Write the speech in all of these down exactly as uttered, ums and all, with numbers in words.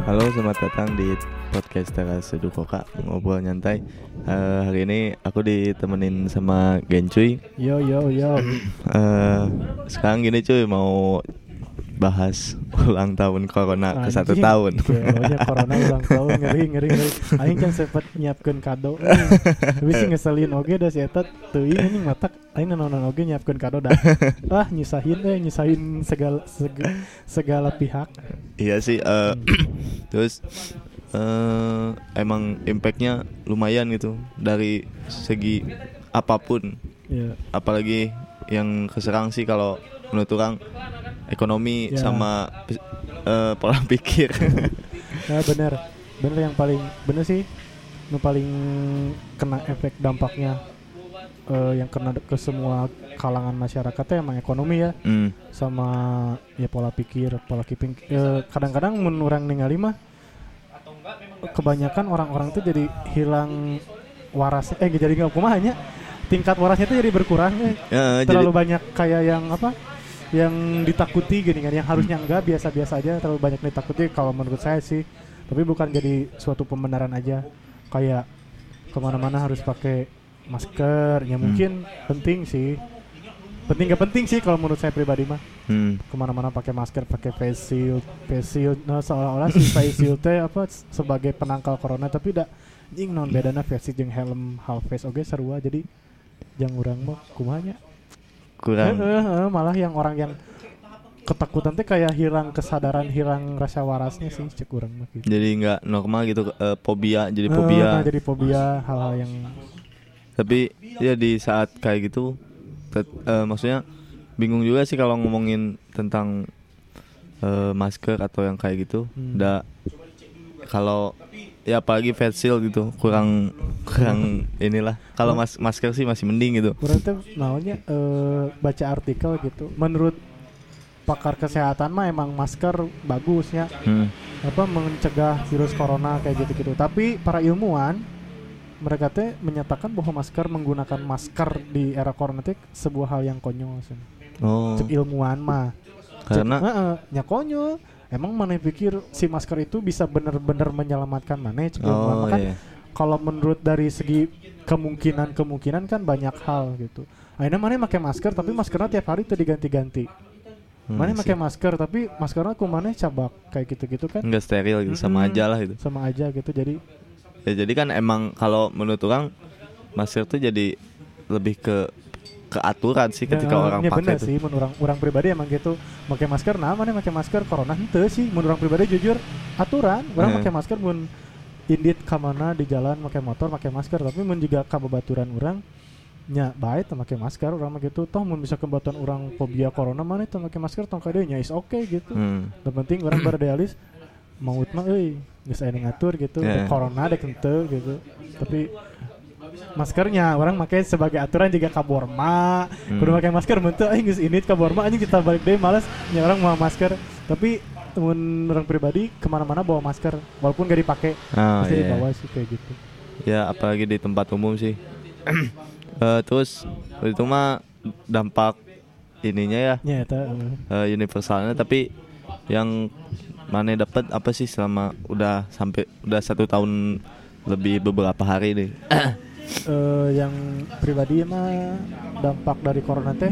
Halo, selamat datang di podcast Teras Seduh Koka, ngobrol nyantai. uh, Hari ini aku ditemenin sama Gencuy. Yo yo yo. uh, Sekarang gini cuy, mau bahas ulang tahun Corona ke satu tahun. Iya, Corona ulang tahun, ngeri ngeri ngeri. Aing kan sempat nyiapkeun kado. Tapi sih ngeselin oge da si eta teuing anjing matak aing nanonan oge nyiapkeun kado dah. Ah nyusahin eh nyusahin segala segala, segala pihak. Iya sih, uh, terus uh, emang impactnya lumayan gitu dari segi apapun. Iya. Apalagi yang keserang sih kalau menurut orang ekonomi ya, sama uh, pola pikir. Ya benar, benar yang paling benar sih, yang paling kena efek dampaknya uh, yang kena ke semua kalangan masyarakatnya emang ekonomi ya, mm. sama ya pola pikir, pola keeping. Uh, kadang-kadang menurut orang ningali mah, kebanyakan orang-orang tuh jadi hilang waras. Eh jadi nggak kumahanya, tingkat warasnya tuh jadi berkurang. Eh. Ya, terlalu jadi banyak kayak yang apa? Yang ditakuti gini kan, yang harusnya enggak, biasa-biasa aja, terlalu banyak ditakuti kalau menurut saya sih. Tapi bukan jadi suatu pembenaran aja, kayak kemana-mana harus pakai masker, ya mungkin hmm. penting sih, penting gak penting sih kalau menurut saya pribadi mah. hmm. Kemana-mana pakai masker, pakai face shield, face shield, nah seolah-olah si face shield teh apa sebagai penangkal corona, tapi dak jing non bedana face shield jeung helm half face oge sarua, jadi jang urang mah kumanya kurang. E, e, e, malah yang orang yang ketakutan teh kayak hilang kesadaran, hilang rasa warasnya sih cek urang mah gitu. Jadi nggak normal gitu, uh, fobia jadi fobia. Uh, nah, jadi fobia hal-hal yang. Tapi ya di saat kayak gitu, tet, uh, maksudnya bingung juga sih kalau ngomongin tentang uh, masker atau yang kayak gitu. Hmm. Da kalau ya apalagi face shield gitu kurang kurang inilah. Kalau mas, masker sih masih mending gitu. Kurang tuh namanya uh, baca artikel gitu. Menurut pakar kesehatan mah emang masker bagusnya, hmm. apa mencegah virus corona kayak gitu-gitu. Tapi para ilmuwan mereka teh menyatakan bahwa masker menggunakan masker di era corona teh sebuah hal yang konyol sih. Oh. Cek ilmuwan mah. Karena Cek, uh, nya konyol. Emang mana pikir si masker itu bisa benar-benar menyelamatkan mana? Oh, kan yeah. Kalau menurut dari segi kemungkinan-kemungkinan kan banyak hal gitu. Akhirnya mana pakai masker tapi maskernya tiap hari tuh diganti-ganti. Hmm, mana pakai masker tapi maskernya ku mana cabak kayak gitu-gitu kan? Enggak steril gitu, mm-hmm. sama aja lah gitu. Sama aja gitu, jadi. Ya jadi kan emang kalau menurut orang masker tuh jadi lebih ke keaturan sih ketika ya, orang ya pakai itu. Sih, menurut orang, orang pribadi emang gitu. Pakai masker, nah mana pakai masker corona henteu sih. Menurut orang pribadi jujur aturan. Orang pakai masker mun indit ka mana di jalan pakai motor pakai masker, tapi mun juga ka babaturan urang nya bae teu make masker urang mah gitu. Toh mun bisa kebaturan urang fobia corona mana teu make masker tong ka dieu nya is oke okay, gitu. Hmm. Yang penting urang berdalih maut mah euy geus aya ngatur gitu. Yeah. Corona dek henteu gitu. Tapi maskernya orang pakai sebagai aturan juga kaborma, hmm. kudu pakai masker bentuk aing geus init kaborma anjing kita balik deui males nya orang mau masker. Tapi mun orang pribadi kemana-mana bawa masker walaupun gak dipakai, oh, pasti yeah. dibawa sih kayak gitu. Ya apalagi di tempat umum sih. uh, terus itu mah dampak ininya ya, ya eta, uh, universalnya. Tapi yang mana dapat apa sih selama udah sampai udah satu tahun lebih beberapa hari nih? Uh, yang pribadi mah dampak dari corona teh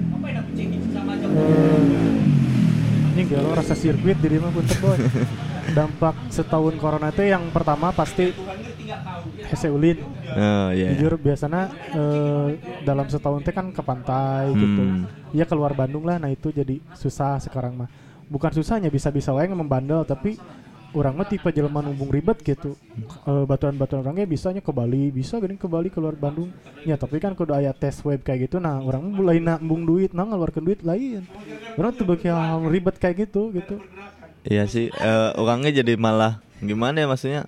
uh, ini gelo rasa sirkuit jadi mah punten boy. Dampak setahun corona teh yang pertama pasti hese ulin. Oh, yeah. Jujur biasanya uh, dalam setahun teh kan ke pantai hmm. gitu. Ya keluar Bandung lah, nah itu jadi susah sekarang mah. Bukan susahnya, bisa-bisa wae membandel, tapi orang mah tipe jelema numbung ribet gitu. E, baturan-baturan orangnya bisanya ke Bali, bisa geuning ke Bali keluar Bandung. Ya tapi kan kudu aya tes web kayak gitu. Nah, orang mah mulai nambung duit, nah ngeluarkeun duit lain. Orang tuh beki hal ribet kayak gitu gitu. Iya sih, uh, orangnya jadi malah gimana ya maksudnya?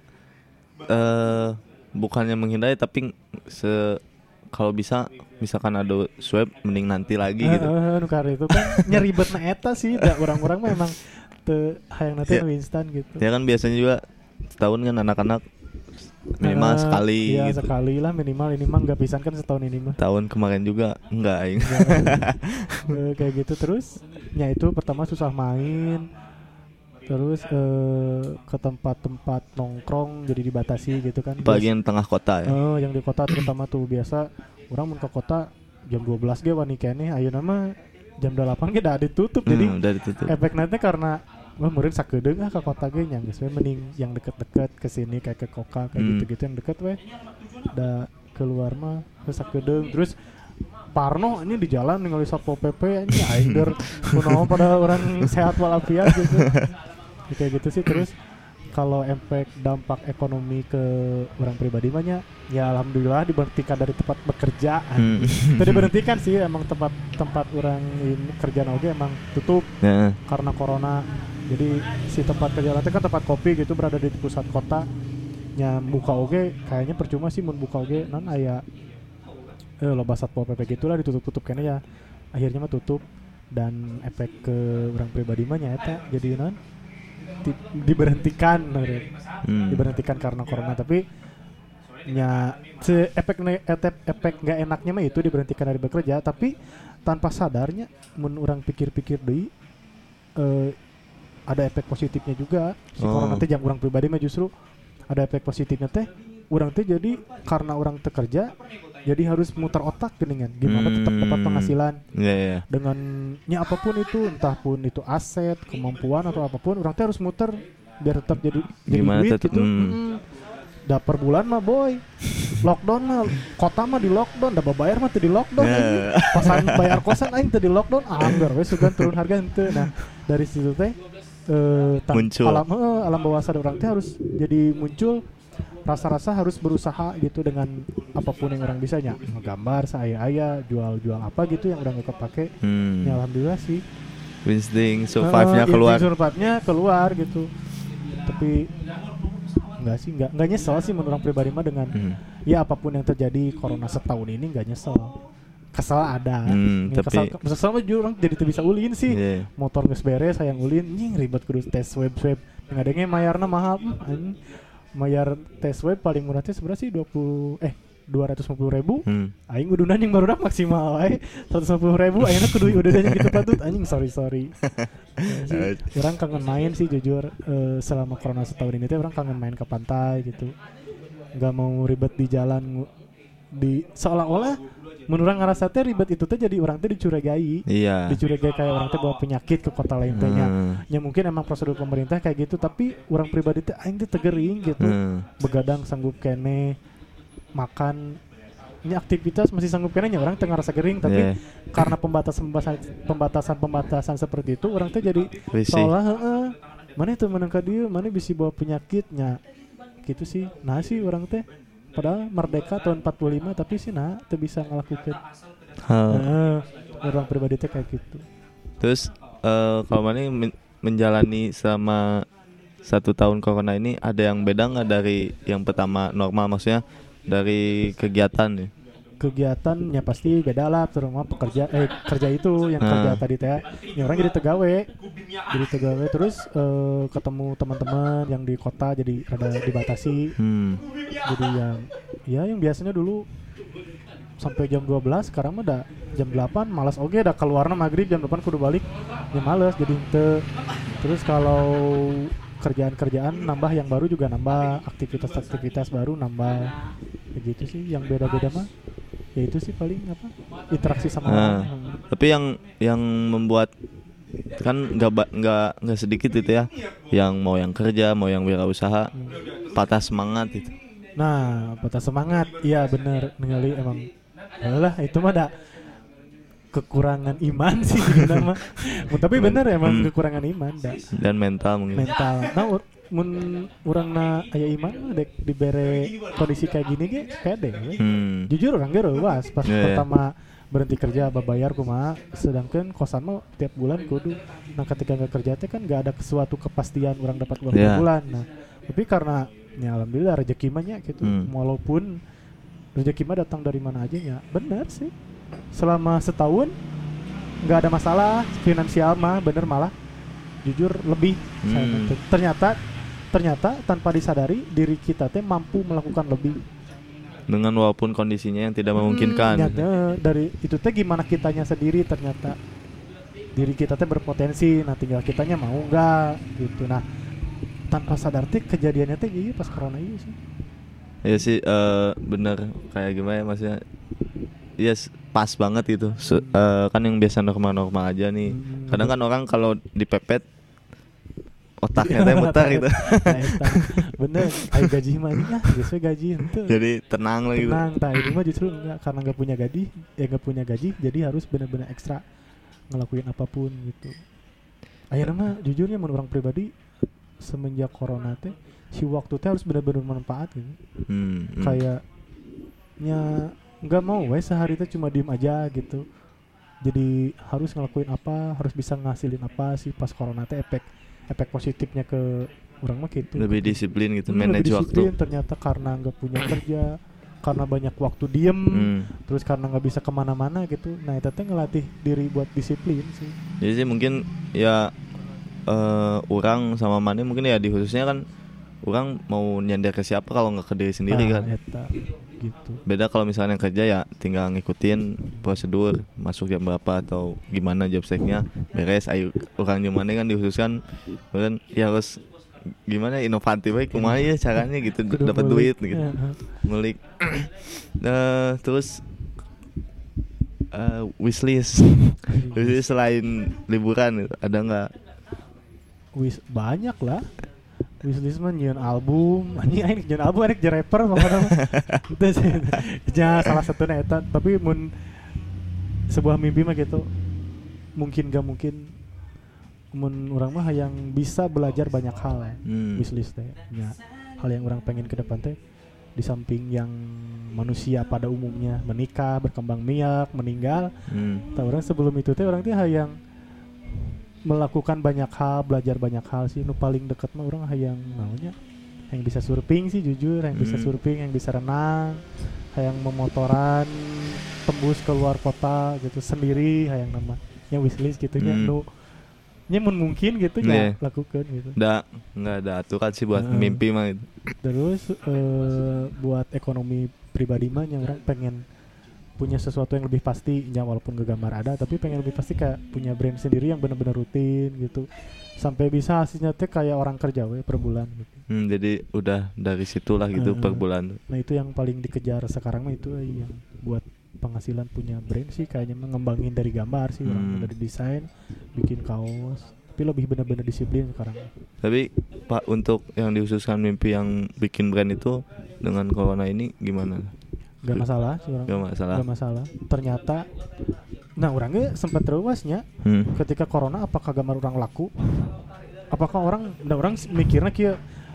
Uh, bukannya menghindari tapi se kalau bisa misalkan ada swab mending nanti lagi uh, gitu. Heeh, uh, uh, itu kan nyeribetna eta sih, da orang-orang mah emang teu hayang nanti nu instan gitu. Ya kan biasanya juga setahun kan anak-anak minimal uh, sekali iya, gitu. Sekali lah minimal, ini mah enggak pisan kan setahun ini mah. Tahun kemarin juga enggak aing. uh, kayak gitu terus. Ya itu pertama susah main. terus eh, ke tempat-tempat nongkrong jadi dibatasi gitu kan. Bagian tengah kota ya. Oh, yang di kota terutama tuh biasa orang mun ke kota jam dua belas ge wani keneh ayeuna mah jam delapan ge da ditutup. Hmm, Jadi udah ditutup. efek nanti karena wah meureun sakedeung ah ka kota ge nya geus we mending yang deket-deket ke sini kayak ke Koka kayak Hmm. gitu-gitu yang deket we. Da keluar mah ke sakedeung terus Parno ini di jalan ningali Satpol P P ini aing der kunaon pada orang sehat walafiat gitu. Kayak gitu sih. Terus kalau efek dampak ekonomi ke orang pribadi mah nya ya alhamdulillah diberhentikan dari tempat bekerja. Hmm. Itu diberhentikan sih emang tempat tempat orang ini kerja oge emang tutup Nah, karena corona. Jadi si tempat kerja nanti kan tempat kopi gitu berada di pusat kota. Nya buka oge kayaknya percuma sih mun buka oge non aya eh loba Satpol P P gitulah ditutup-tutup kayaknya ya. Akhirnya mah tutup dan efek ke orang pribadi mah nya eta jadi non di- diberhentikan meureun. hmm. Diberhentikan karena corona tapi nya se efek ne- efek efek nggak enaknya mah itu diberhentikan dari bekerja tapi tanpa sadarnya mun urang pikir-pikir deui eh, ada efek positifnya juga si Oh. corona teh yang urang pribadi mah justru ada efek positifnya teh urang teh jadi karena urang teu kerja jadi harus muter otak geningan gimana tetap dapat Hmm. penghasilan Iya, iya. dengan nya apapun itu entah pun itu aset kemampuan atau apapun orang teh harus muter biar tetap jadi jadi Gimana duit tetep- gitu. hmm. Mm-mm. Da per bulan mah boy lockdown mah kota mah di lockdown da bayar mah teu di lockdown Nah. anjing. Kosan bayar kosan aing teu di lockdown anggar we sugan turun harga henteu. Nah dari situ teh eh, ta- Muncul. alam eh, alam bawah sadar orang teh harus jadi muncul rasa-rasa harus berusaha gitu dengan apapun yang orang bisanya ngegambar saya-aya jual-jual apa gitu yang udah nggak kepake. Hmm. Ya alhamdulillah sih. Insting survive-nya Eh, keluar. insting survive-nya keluar gitu. Tapi enggak sih, enggak enggak nyesel sih menurut orang pribadi mah dengan Hmm. ya apapun yang terjadi corona setahun ini enggak nyesel. Kesel ada. Hmm, Ya, tapi- kesel, kesel mah juga orang jadi teu bisa ulin sih. Iya. Motor geus beres sayang ulin, nying ribet kudu tes web swab. Ngadenge mayarna mahal. Hmm, anjing. Mayar tes web paling murah teh seberapa sih dua puluh eh dua ratus lima puluh ribu. Hmm. Aing udah yang baru dah maksimal aing seratus lima puluh ribu ayeuna kudu udah yang gitu patut anjing sorry sorry. Ya, sih, orang kangen main sih jujur eh, selama corona setahun ini teh orang kangen main ke pantai gitu. Nggak mau ribet di jalan ngu- di seolah-olah menurut orang ngerasa teh ribet itu teh jadi orang teh dicurigai. Iya. Dicurigai kayak orang teh bawa penyakit ke kota lain teh nya. Hmm. Ya mungkin emang prosedur pemerintah kayak gitu tapi orang pribadi teh aing teh tegering gitu. Hmm. Begadang sanggup kene makan ini aktivitas masih sanggup kene nya orang tengah rasa gering tapi Iya. karena pembatasan pembatasan pembatasan pembatasan seperti itu orang teh jadi Risih. seolah heeh mana itu menang ka dieu mana bisa bawa penyakitnya gitu sih nah sih orang teh padahal merdeka tahun empat puluh lima tapi sih nah teu bisa ngelakukeun Hal. heeh orang pribadi teh kayak gitu. Terus eh, kalau mana men- menjalani selama satu tahun corona ini ada yang beda nggak dari yang pertama normal maksudnya dari kegiatan ya? Kegiatannya pasti beda lah terutama pekerja eh kerja itu yang Ah. kerja tadi teh ya orang jadi tegawe jadi tegawe terus eh, ketemu teman-teman yang di kota jadi rada dibatasi Hmm. jadi yang ya yang biasanya dulu sampai jam dua belas sekarang mah udah jam delapan malas oke dah keluarna maghrib jam delapan kudu balik ya males jadi ente terus kalau kerjaan-kerjaan nambah yang baru juga nambah aktivitas-aktivitas baru nambah kayak gitu sih yang beda-beda mah ya itu sih paling apa interaksi sama Ah. orang. Hmm. Tapi yang yang membuat kan nggak ba- nggak nggak sedikit itu ya yang mau yang kerja mau yang wirausaha patah semangat itu. Nah, patah semangat. Iya bener ningali emang. Alah itu mah ada kekurangan iman sih sebenarnya mah. Mun tapi bener emang Hmm. kekurangan iman da. Dan mental mungkin. Mental. Nah, ur- mun urangna aya iman mah dek dibere kondisi kayak gini ge pede we. Hmm. Jujur orang ge reuas pas Iya, iya. pertama berhenti kerja babayar kumaha sedangkan kosan mah tiap bulan kudu. Nah, ketika nggak kerja teh kan nggak ada suatu kepastian orang dapat uang Iya. tiap bulan. Nah, tapi karena ya alhamdulillah rezeki mah nya gitu. Hmm. Walaupun rezeki mah datang dari mana aja ya. Bener sih. Selama setahun nggak ada masalah finansial mah bener malah jujur lebih saya Hmm. nanti. ternyata ternyata tanpa disadari diri kita teh mampu melakukan lebih Dengan walaupun kondisinya yang tidak memungkinkan. Hmm, nyata, dari itu teh gimana kitanya sendiri ternyata diri kita teh berpotensi, nah tinggal kitanya mau nggak gitu. Nah tanpa sadar teh kejadiannya teh iya pas corona iya sih. Iya sih, uh, bener kayak gimana ya maksudnya. Iya yes, pas banget gitu. So, uh, kan yang biasa normal-normal aja nih. Hmm. Kadang kan orang kalau dipepet otaknya teh mutar gitu. Bener, ayo gaji mah ini ah, biasanya gaji itu. Jadi tenang lagi. Tenang, tak ini mah justru enggak, karena enggak punya gaji, ya enggak punya gaji, jadi harus benar-benar ekstra ngelakuin apapun gitu. Ayeuna mah jujurnya menurut orang pribadi semenjak corona teh si waktu teh harus benar-benar bermanfaat gitu. Hmm, hmm. Kayaknya enggak mau weh sehari teh cuma diem aja gitu. Jadi harus ngelakuin apa, harus bisa ngasilin apa sih pas corona teh efek efek positifnya ke orang mah gitu. Lebih disiplin gitu, hmm, manage lebih disiplin, waktu. Ternyata karena nggak punya kerja, karena banyak waktu diem, hmm. terus karena nggak bisa kemana-mana gitu. Nah itu teh ngelatih diri buat disiplin sih. Jadi sih mungkin ya uh, orang sama Mane mungkin ya di khususnya kan orang mau nyender ke siapa kalau nggak ke diri sendiri nah, kan. Eta. Gitu. Beda kalau misalnya kerja ya tinggal ngikutin prosedur masuk jam berapa atau gimana job spec-nya beres ayo orang gimana kan dikhususkan kan ya harus gimana inovatif baik kumaha ya caranya gitu dapat duit gitu ngulik nah, terus uh, wishlist wishlist selain liburan gitu, ada nggak? Wish banyak lah. Wishlist mah nyeun album, anjing aing nyeun album arek jadi rapper pokona mah. Itu sih. Ya salah satunya eta, tapi mun sebuah mimpi mah gitu. Mungkin gak mungkin mun urang mah yang bisa belajar banyak hal. Hmm. Wishlist teh. Ya, hal yang orang pengen ke depan teh di samping yang manusia pada umumnya menikah, berkembang biak, meninggal. Hmm. Tah urang sebelum itu teh orang teh hayang melakukan banyak hal, belajar banyak hal sih. Nu paling dekat mah orang hayang maunya yang bisa surfing sih jujur, yang hmm. bisa surfing, yang bisa renang, hayang memotoran tembus ke luar kota gitu sendiri, hayang nama yang wishlist gitu nya hmm. nu nya mun mungkin gitu ya lakukan gitu. Da enggak ada aturan sih buat uh, mimpi mah gitu. Terus uh, buat ekonomi pribadi mah yang orang pengen punya sesuatu yang lebih pasti, ya walaupun gak gambar ada, tapi pengen lebih pasti kayak punya brand sendiri yang benar-benar rutin gitu, sampai bisa hasilnya tuh kayak orang kerja we per bulan gitu. Hmm, jadi udah dari situlah gitu uh, per bulan. Nah itu yang paling dikejar sekarang mah itu eh, yang buat penghasilan punya brand sih kayaknya mengembangin dari gambar sih, hmm. orang dari desain, bikin kaos, tapi lebih benar-benar disiplin sekarang. Tapi Pak untuk yang dihususkan mimpi yang bikin brand itu dengan corona ini gimana? Gak masalah sih orang. Gak masalah. Gak masalah. Ternyata, nah orangnya sempat terluasnya hmm. ketika corona apakah gambar orang laku? Apakah orang, nah orang mikirnya kia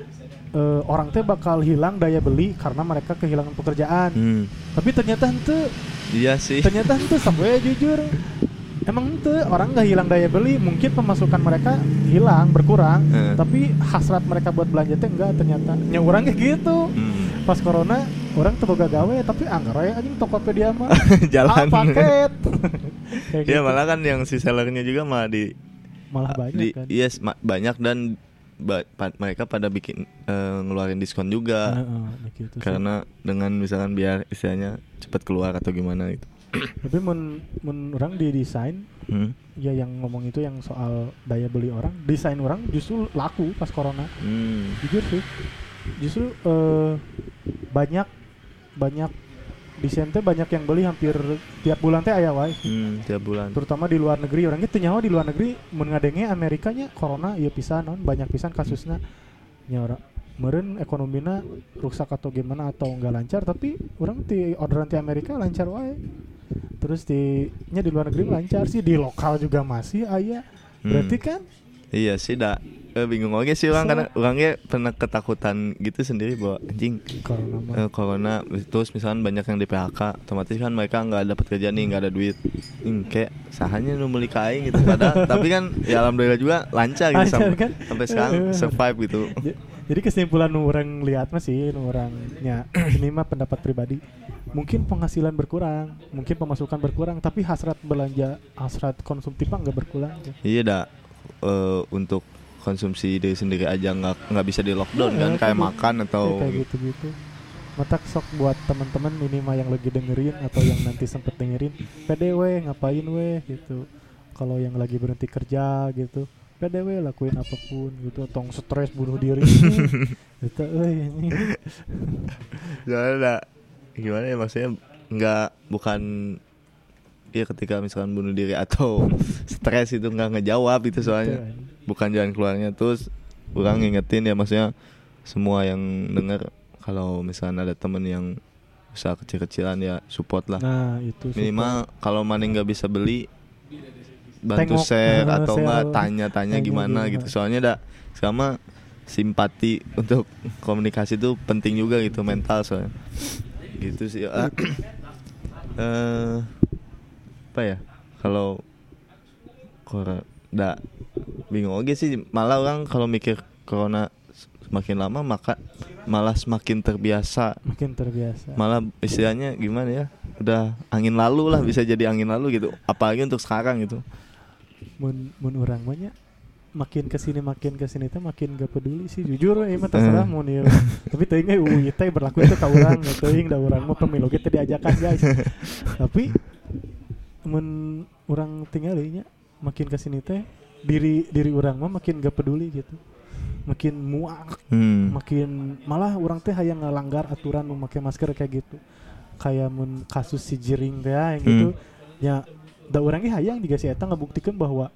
uh, orang teh bakal hilang daya beli karena mereka kehilangan pekerjaan. Hmm. Tapi ternyata ente. Iya sih. Ternyata ente sampai jujur. Emang ente orang nggak hilang daya beli, mungkin pemasukan mereka hilang berkurang, hmm. tapi hasrat mereka buat belanja teh enggak ternyata. Nya orangnya gitu. Hmm. Pas corona orang tuh boga gawe tapi anggar aya anjing Tokopedia mah jalan ah, paket. Ya gitu. Malah kan yang si sellernya juga malah di malah banyak di, kan. Yes, ma- banyak dan ba- pa- mereka pada bikin uh, ngeluarin diskon juga. Uh, uh, gitu, karena so. Dengan misalkan biar istilahnya cepat keluar atau gimana gitu. Tapi men, men orang di desain hmm? ya yang ngomong itu yang soal daya beli orang, desain orang justru laku pas corona. Hmm. Jujur sih. Justru uh, banyak banyak desain teh banyak yang beli hampir tiap bulan teh aya wae. Hmm, tiap bulan. Terutama di luar negeri, orang gitu nyawa di luar negeri mun ngadenge Amerikanya corona ieu pisan non banyak pisan kasusna. Nya orang meureun ekonomina rusak atau gimana atau enggak lancar, tapi orang ti orderan ti Amerika lancar wae. Terus di nya di luar negeri lancar sih, di lokal juga masih aya. Berarti hmm. kan iya sih dah. Eh, bingung aja sih orang so, karena orangnya pernah ketakutan gitu sendiri bahwa anjing corona, eh, corona terus misalkan banyak yang di P H K otomatis kan mereka nggak dapat kerja nih, nggak ada duit hmm, kayak sahanya nu meuli kain gitu padahal tapi kan ya alhamdulillah juga lancar gitu sampai, kan? sampai sekarang survive gitu. Jadi kesimpulan orang lihat masih orangnya ini mah pendapat pribadi, mungkin penghasilan berkurang, mungkin pemasukan berkurang, tapi hasrat belanja, hasrat konsumtif nggak berkurang. Iya dah uh, untuk konsumsi diri sendiri aja nggak nggak bisa di lockdown ya, kan kayak gitu. Makan atau ya, kayak gitu gitu. Mata sok buat teman-teman ini mah yang lagi dengerin atau yang nanti sempet dengerin, P D W ngapain weh gitu. kalau yang lagi berhenti kerja gitu P D W lakuin apapun gitu, tong stres bunuh diri gitu euy ini. Soalnya gimana ya, maksudnya nggak bukan ya ketika misalkan bunuh diri atau stres itu nggak ngejawab itu soalnya bukan jalan keluarnya. Terus orang ngingetin ya, maksudnya semua yang denger kalau misalkan ada temen yang usaha kecil-kecilan ya support lah. Nah itu minimal kalau maning nggak bisa beli bantu Tengok, share uh, atau share, enggak tanya-tanya gimana gitu. Soalnya dah sama simpati untuk komunikasi itu penting juga gitu, mental soalnya. Gitu sih. Eh uh, apa ya? Kalau corona bingung oke sih, malah orang kalau mikir corona semakin lama maka malah semakin terbiasa. Makin terbiasa. Malah istilahnya gimana ya? Udah angin lalu lah, bisa jadi angin lalu gitu. Apalagi untuk sekarang gitu. Mun mun urang mah nya makin kesini makin kesini teh makin gak peduli sih jujur ieu mah terserah mun ieu. Tapi teuing ge U I teh berlaku itu ka urang, teuing da urang mah pemilu ge teh diajakan guys. Tapi mun urang tinggal deui nya makin kesini teh diri diri urang mah makin gak peduli gitu. Makin muak, hmm. makin malah urang teh hayang ngalanggar aturan memakai masker kayak gitu. Kayak mun kasus si Jering teh yang gitu hmm. nya da urang ge hayang juga si eta ngabuktikeun bahwa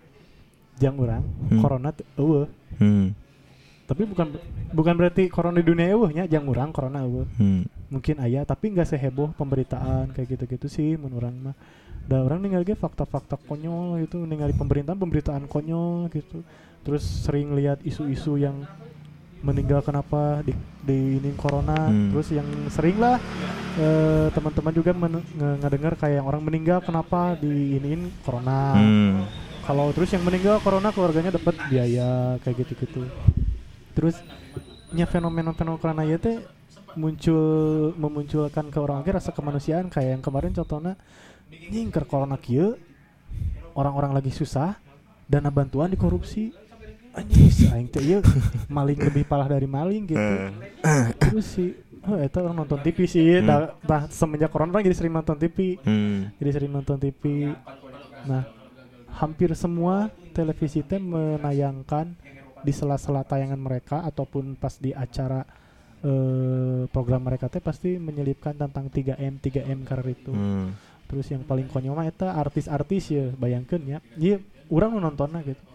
jang urang hmm. corona teh eueuh. Hmm. Tapi bukan bukan berarti corona di dunia eueuh nya, jang urang corona eueuh. Hmm. Mungkin aya tapi enggak seheboh pemberitaan kayak gitu-gitu sih mun urang mah. Da urang ningali ge fakta-fakta konyol gitu, ningali pemerintahan pemberitaan konyol gitu. Terus sering lihat isu-isu yang meninggal kenapa di di ini corona, hmm. terus yang sering lah e, teman-teman juga men- nge- ngedengar kayak yang orang meninggal kenapa di iniin corona. Hmm. Kalau terus yang meninggal corona keluarganya dapat biaya kayak gitu-gitu. Terus nya fenomena-fenomena corona ya teh muncul memunculkan ke orang lagi rasa kemanusiaan kayak yang kemarin contohnya nying ke corona kieu orang-orang lagi susah dana bantuan dikorupsi. Anjis aing teh ieu maling lebih parah dari maling gitu. Terus sih oh eta orang nonton T V sih hmm. dah, dah semenjak corona orang jadi sering nonton T V. Hmm. Jadi sering nonton T V. Nah, hampir semua televisi teh menayangkan di sela-sela tayangan mereka ataupun pas di acara eh, program mereka teh pasti menyelipkan tentang tiga M tiga M karir itu. Hmm. Terus yang paling konyol mah eta artis-artis ya, bayangkeun ya. Ieu urang nu nontonnya gitu.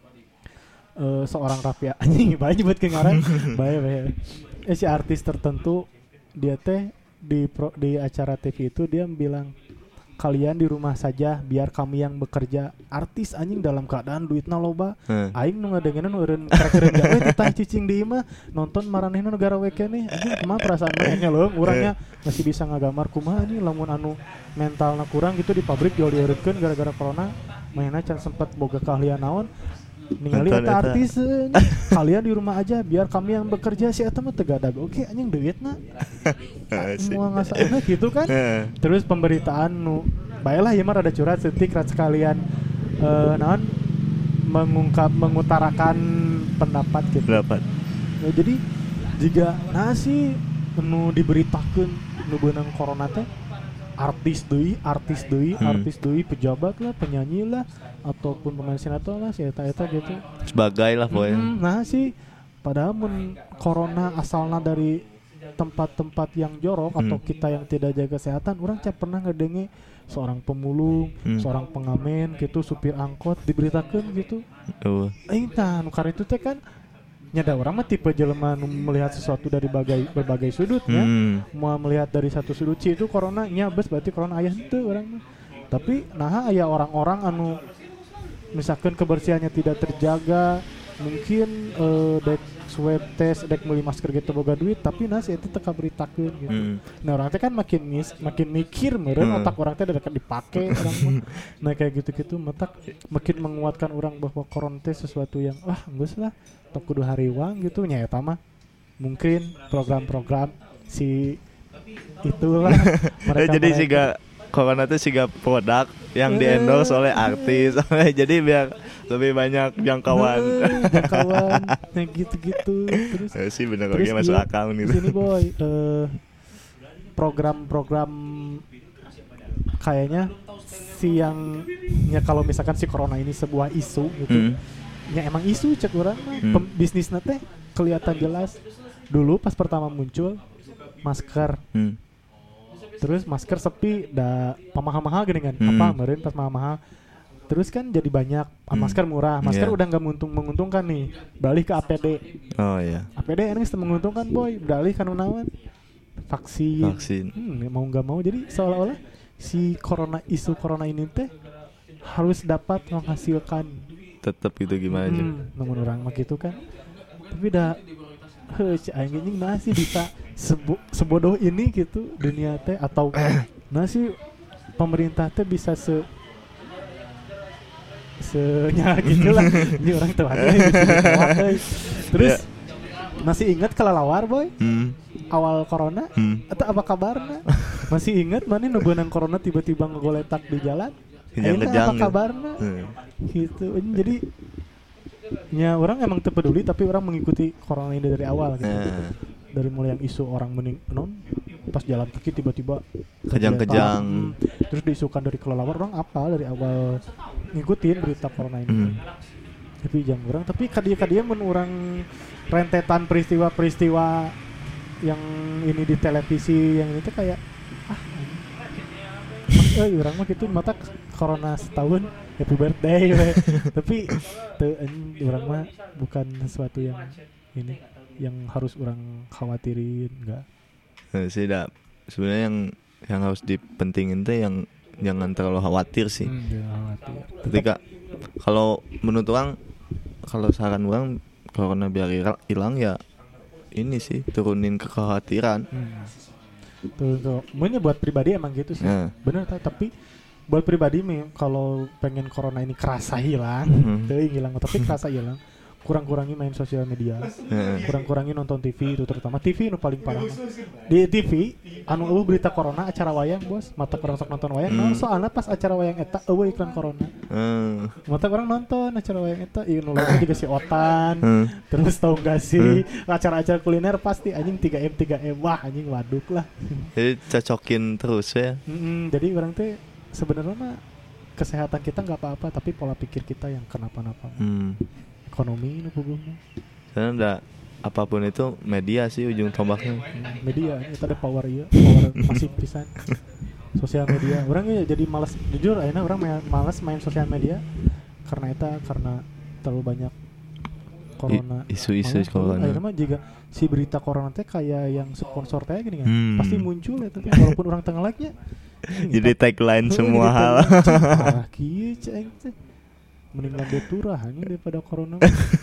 Uh, seorang Raffi anjing bae buat kengaran bae bae eh si artis tertentu dia teh di pro, di acara T V itu dia bilang kalian di rumah saja biar kami yang bekerja. Artis anjing dalam keadaan duitna loba hmm. aing nu ngadengeun nu eureun krek-krek gawe titah cicing di imah nonton maranehna negara we keneh anjing kumaha perasaan nya leuh urangnya masih bisa ngagamar kumaha anjing lamun anu mentalna kurang gitu di pabrik diolieurkeun gara-gara corona mainna can sempat boga keahlian naon ningali eta artis kalian di rumah aja biar kami yang bekerja si eta mah teu gadag oke anjing duitna semua ngasana gitu kan. Terus pemberitaan nu baelah ieu mah rada curhat seutik rat sekalian uh, naon mengungkap mengutarakan pendapat gitu. Pendapat. Nah, jadi jika nah sih nu diberitakeun nu beunang corona teh artis deui, artis deui, hmm. artis deui, pejabat lah, penyanyi lah, ataupun pemain sinetron lah, si eta-eta gitu. Sebagai lah pokoknya. Hmm, nah sih, padahal mun corona asalna dari tempat-tempat yang jorok hmm. atau kita yang tidak jaga kesehatan, orang cak pernah ngedenge seorang pemulung, hmm. seorang pengamen gitu, supir angkot diberitakeun gitu. Oh. Aing tah nu karena itu teh kan nyada orang mah tipe jelema nu melihat sesuatu dari berbagai berbagai sudutnya. Hmm. Mau melihat dari satu sudut sih itu corona nya bes berarti corona aya henteu orang mah. Tapi nah aya orang-orang anu misalkan kebersihannya tidak terjaga, mungkin uh, dek swab test, dek meuli masker gitu boga duit, tapi nah si eta teu kaberitakeun gitu. Hmm. Nah orang teh kan makin mis, makin mikir meureun hmm. otak orang teh dekat dipake orang mah. Nah kayak gitu-gitu matak makin menguatkan orang bahwa corona teh sesuatu yang ah geus lah tok kudu hariwang gitu nya eta mah. Mungkin program-program si itulah mereka. Jadi siga corona teh siga produk yang di endorse oleh artis. Jadi biar lebih banyak jangkauan. Nah, jangkauan nah gitu-gitu terus. Ya sih bener kok masuk akal nih. Sini boy uh, program-program kayaknya si yang ya kalau misalkan si corona ini sebuah isu gitu. Hmm. Ya emang isu cek orang mah Hmm. Pem- bisnisnya teh kelihatan jelas. Dulu pas pertama muncul masker, Hmm. terus masker sepi dah pamahal-mahal gini kan. Hmm. Apa kemarin pas mahal-mahal. Terus kan jadi banyak ah, Hmm. masker murah. Masker Yeah. udah nggak menguntung menguntungkan nih. Beralih ke A P D. Oh iya. A P D ini menguntungkan boy. Beralih kan naon? Vaksin. Vaksin. Hmm, mau nggak mau jadi seolah-olah si corona isu corona ini teh harus dapat menghasilkan. Tetap gitu gimana aja. Hmm, namun orang mah gitu kan. Tapi dah heuh aing ini masih bisa sebo- sebodoh ini gitu dunia teh atau masih pemerintah teh bisa se senya gitulah. Ini orang tuh ada yang bisa ditawar, euy. Terus Ya. masih ingat kelelawar boy Hmm. awal corona Hmm. atau apa kabarna? Masih ingat mana nu beunang corona tiba-tiba ngegoletak di jalan? Kejang-kejang Ayeuna apa gitu. kabarna? Hmm. Gitu. Jadi ya orang emang teu peduli tapi orang mengikuti corona ini dari awal gitu. Nah, Dari mulai yang isu orang mening non pas jalan kaki tiba-tiba Kejang-kejang. Hmm. Terus diisukan dari kelelawar orang apa dari awal ngikutin berita corona ini. Hmm. Tapi jangan orang tapi kadia-kadia mun urang rentetan peristiwa-peristiwa yang ini di televisi yang itu kayak ah eh orang mah gitu mata corona setahun happy birthday we. Tapi teu orang mah bukan sesuatu yang ini yang harus orang khawatirin enggak. Nah, sih dah sebenarnya yang yang harus dipentingin tuh yang jangan terlalu khawatir sih. Hmm, jangan khawatir. Ketika kalau menurut orang, kalau saran orang corona biar ira- hilang ya ini sih turunin kekhawatiran. Hmm. Tuh, tuh. Maunya buat pribadi emang gitu sih. Nah. Bener ta, tapi buat pribadi nih kalau pengen corona ini kerasa hilang, Hmm. teuing hilang tapi kerasa hilang. Kurang-kurangi main sosial media, Heeh. kurang-kurangi nonton T V itu terutama T V nu paling parah. mah. Di T V anu eueuh berita corona acara wayang bos, mata kurang sok nonton wayang. Hmm. Nah, soalnya pas acara wayang eta eueuh iklan corona. Hmm. Mata kurang nonton acara wayang eta, ieu nu lain juga si Otan. Hmm. Terus tau gak sih acara-acara kuliner pasti anjing tiga M tiga M wah anjing waduk lah. Jadi cocokin terus ya. Mm-mm, jadi orang teh sebenarnya mah kesehatan kita nggak apa-apa tapi pola pikir kita yang kenapa-napa. Hmm. Ekonomi nu pugungna. Karena udah apapun itu media sih ujung tombaknya. Hmm, media itu ada power ieu, power masif pisan. Sosial media. Orang ya jadi malas jujur ayeuna orang main, malas main sosial media karena eta karena terlalu banyak corona. I- isu-isu Malah, corona. Akhirnya mah juga si berita corona teh kayak yang sponsor teh gini kan. Hmm. Pasti muncul ya tapi walaupun orang tengah like-nya. Jadi tagline semua hal. Parah kieu ceng teh. Mending lambe turah hanya daripada corona.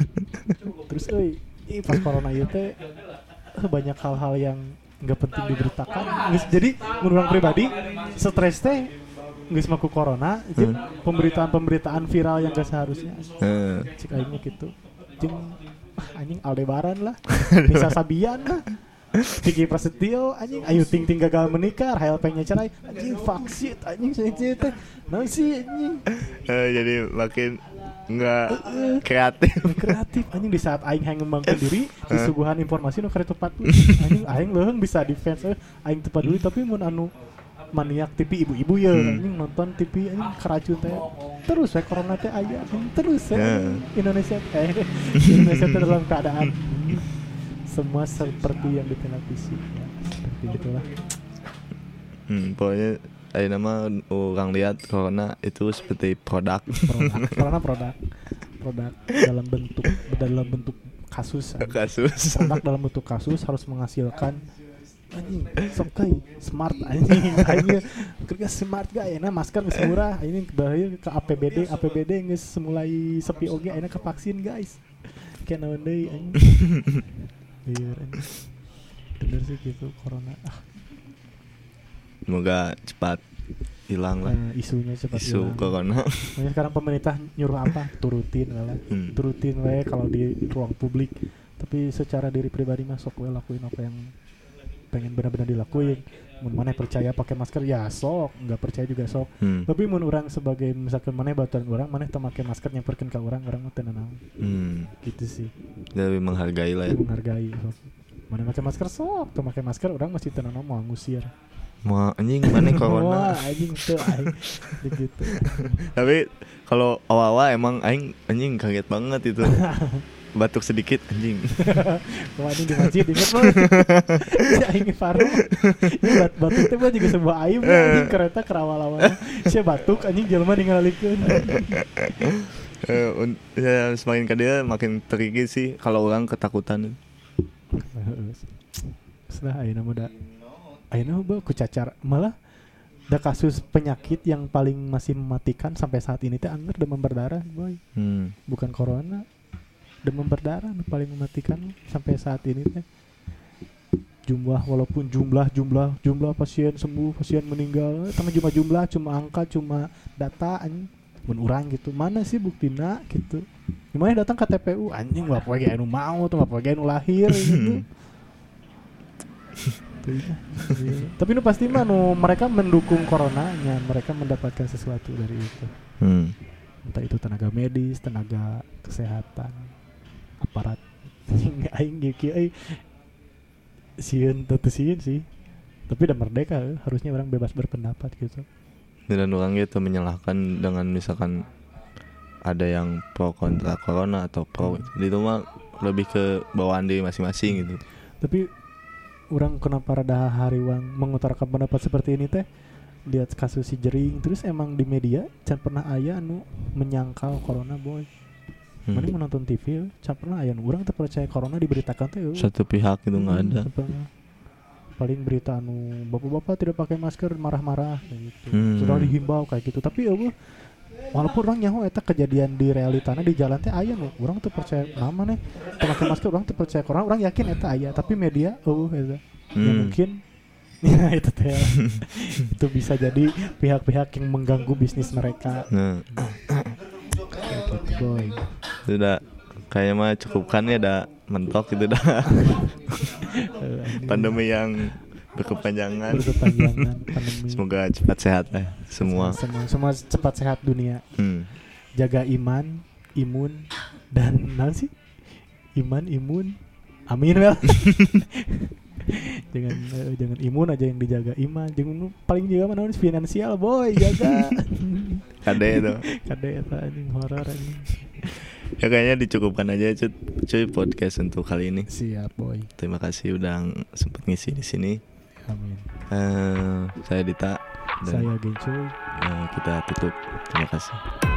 Terus euy, ih pas corona ieu teh eh, banyak hal-hal yang enggak penting diberitakan. Geus jadi menurut orang pribadi stres teh geus maku corona jeung pemberitaan-pemberitaan viral yang gak seharusnya. Heeh. Cik aing mah kitu. Jeung ah, anjing Aldebaran lah. Bisa Sabian lah. Vicky Prasetyo anjing Ayu Ting Ting gagal menikah, Rahel pengen cerai, anjing fuck shit anjing saya teh. Naon sih anjing? Eh, jadi makin nggak kreatif. Kreatif anjing di saat aing hayang ngembangkeun diri disuguhan informasi nu kare tepat tuh. Anjing aing leuheung bisa defense eh, aing tepat dulu tapi mun anu maniak T V ibu-ibu ya Hmm. anjing nonton T V anjing keracun teh. Terus we corona teh aya anjing terus we Yeah. Indonesia teh Indonesia teh dalam keadaan semua seperti yang di televisi ya, seperti itulah. Hmm, pokoknya ada nama orang lihat corona itu seperti produk. Produk karena produk produk dalam bentuk dalam bentuk kasus anjing. Kasus. Produk dalam bentuk kasus harus menghasilkan anjing sok kai smart anjing aing kerja smart gak enak masker geus murah ini bahaya ke A P B D A P B D geus mulai sepi oge ayeuna ke vaksin guys kena naon deui anjing lieur anjing bener sih gitu corona ah Semoga cepat hilang lah nah, isunya cepat isu hilang. corona. Makanya sekarang pemerintah nyuruh apa turutin lah Hmm. turutin we kalau di ruang publik tapi secara diri pribadi mah sok we lakuin apa yang pengen benar-benar dilakuin. Mun maneh percaya pakai masker ya sok, enggak percaya juga sok. Hmm. Tapi mun urang sebagai misalkan maneh baturan urang, maneh teu make masker nyamperkeun ka urang, urang mah teu nanaon. Hmm. Gitu sih. Lebih menghargai lah ya. Menghargai sok. Maneh make masker sok, teu make masker urang masih teu nanaon mau ngusir. Wah anjing mana corona. Wah anjing tuh aing gitu. Tapi kalau awal-awal emang aing anjing kaget banget itu. Batuk sedikit anjing. Wah ini di masjid inget loh. Si aing Faro. Ini bat batuk teh juga sebuah aib anjing kereta kerawal-awal. Si batuk anjing jelema ningalikeun. Eh un- ya, semakin ke dia makin tergigit sih kalau orang ketakutan. Setelah ayeuna mah da ayeuna mah ku cacar malah da kasus penyakit yang paling masih mematikan sampai saat ini teh anggar demam berdarah boy. Hmm. Bukan corona. Demam berdarah nu paling mematikan sampai saat ini teh. Jumlah walaupun jumlah jumlah jumlah pasien sembuh, pasien meninggal, sama cuma jumlah, cuma angka, cuma data anjing. Mun urang gitu. Mana sih buktina gitu. Gimana datang ke T P U anjing enggak poe ge anu mau tuh, enggak poe ge anu lahir gitu. Tapi nu pasti mah nu mereka mendukung coronanya, mereka mendapatkan sesuatu dari itu. Hmm. Entah itu tenaga medis, tenaga kesehatan, aparat. Anjing aing kieu euy. Sieun teu sieun sih. Tapi udah merdeka, harusnya orang bebas berpendapat gitu. Dan orang gitu menyalahkan dengan misalkan ada yang pro kontra corona atau pro Hmm. itu mah lebih ke bawaan diri masing-masing gitu. Tapi orang kenapa rada hariwang mengutarakan pendapat seperti ini teh lihat kasus si Jering terus emang di media can pernah aya anu menyangkal corona boy. Hmm. Mending menonton T V can pernah aya anu urang teu percaya corona diberitakan teh. Satu pihak itu nggak ada. Hmm, paling berita anu bapak-bapak tidak pakai masker marah-marah kayak gitu. Hmm. Sudah dihimbau kayak gitu. Tapi eueuh walaupun orang nyaho eta kejadian di realitana di jalan teh aya nu urang teu percaya nama nih pakai masker urang teu percaya corona urang yakin eta aya tapi media eueuh eta. Ya Hmm. mungkin ya itu teh itu bisa jadi pihak-pihak yang mengganggu bisnis mereka. Nah, Gitu boy. sudah kayaknya mah cukupkan ya dah mentok gitu dah. Pandemi yang berkepanjangan. Berkepanjangan pandemi. Semoga cepat sehat lah semua. Semua semua cepat sehat dunia. Hmm. Jaga iman, imun dan naon sih? Iman, imun. Amin wel. jangan uh, jangan imun aja yang dijaga, iman jangan paling juga mana finansial boy jaga. Kade itu. Kade eta anjing horor anjing. Ya kayaknya dicukupkan aja cuy, cuy podcast untuk kali ini. Siap boy. Terima kasih udah sempat ngisi di sini. Amin. Uh, saya Dita dan Saya Gencuy. uh, kita tutup. Terima kasih.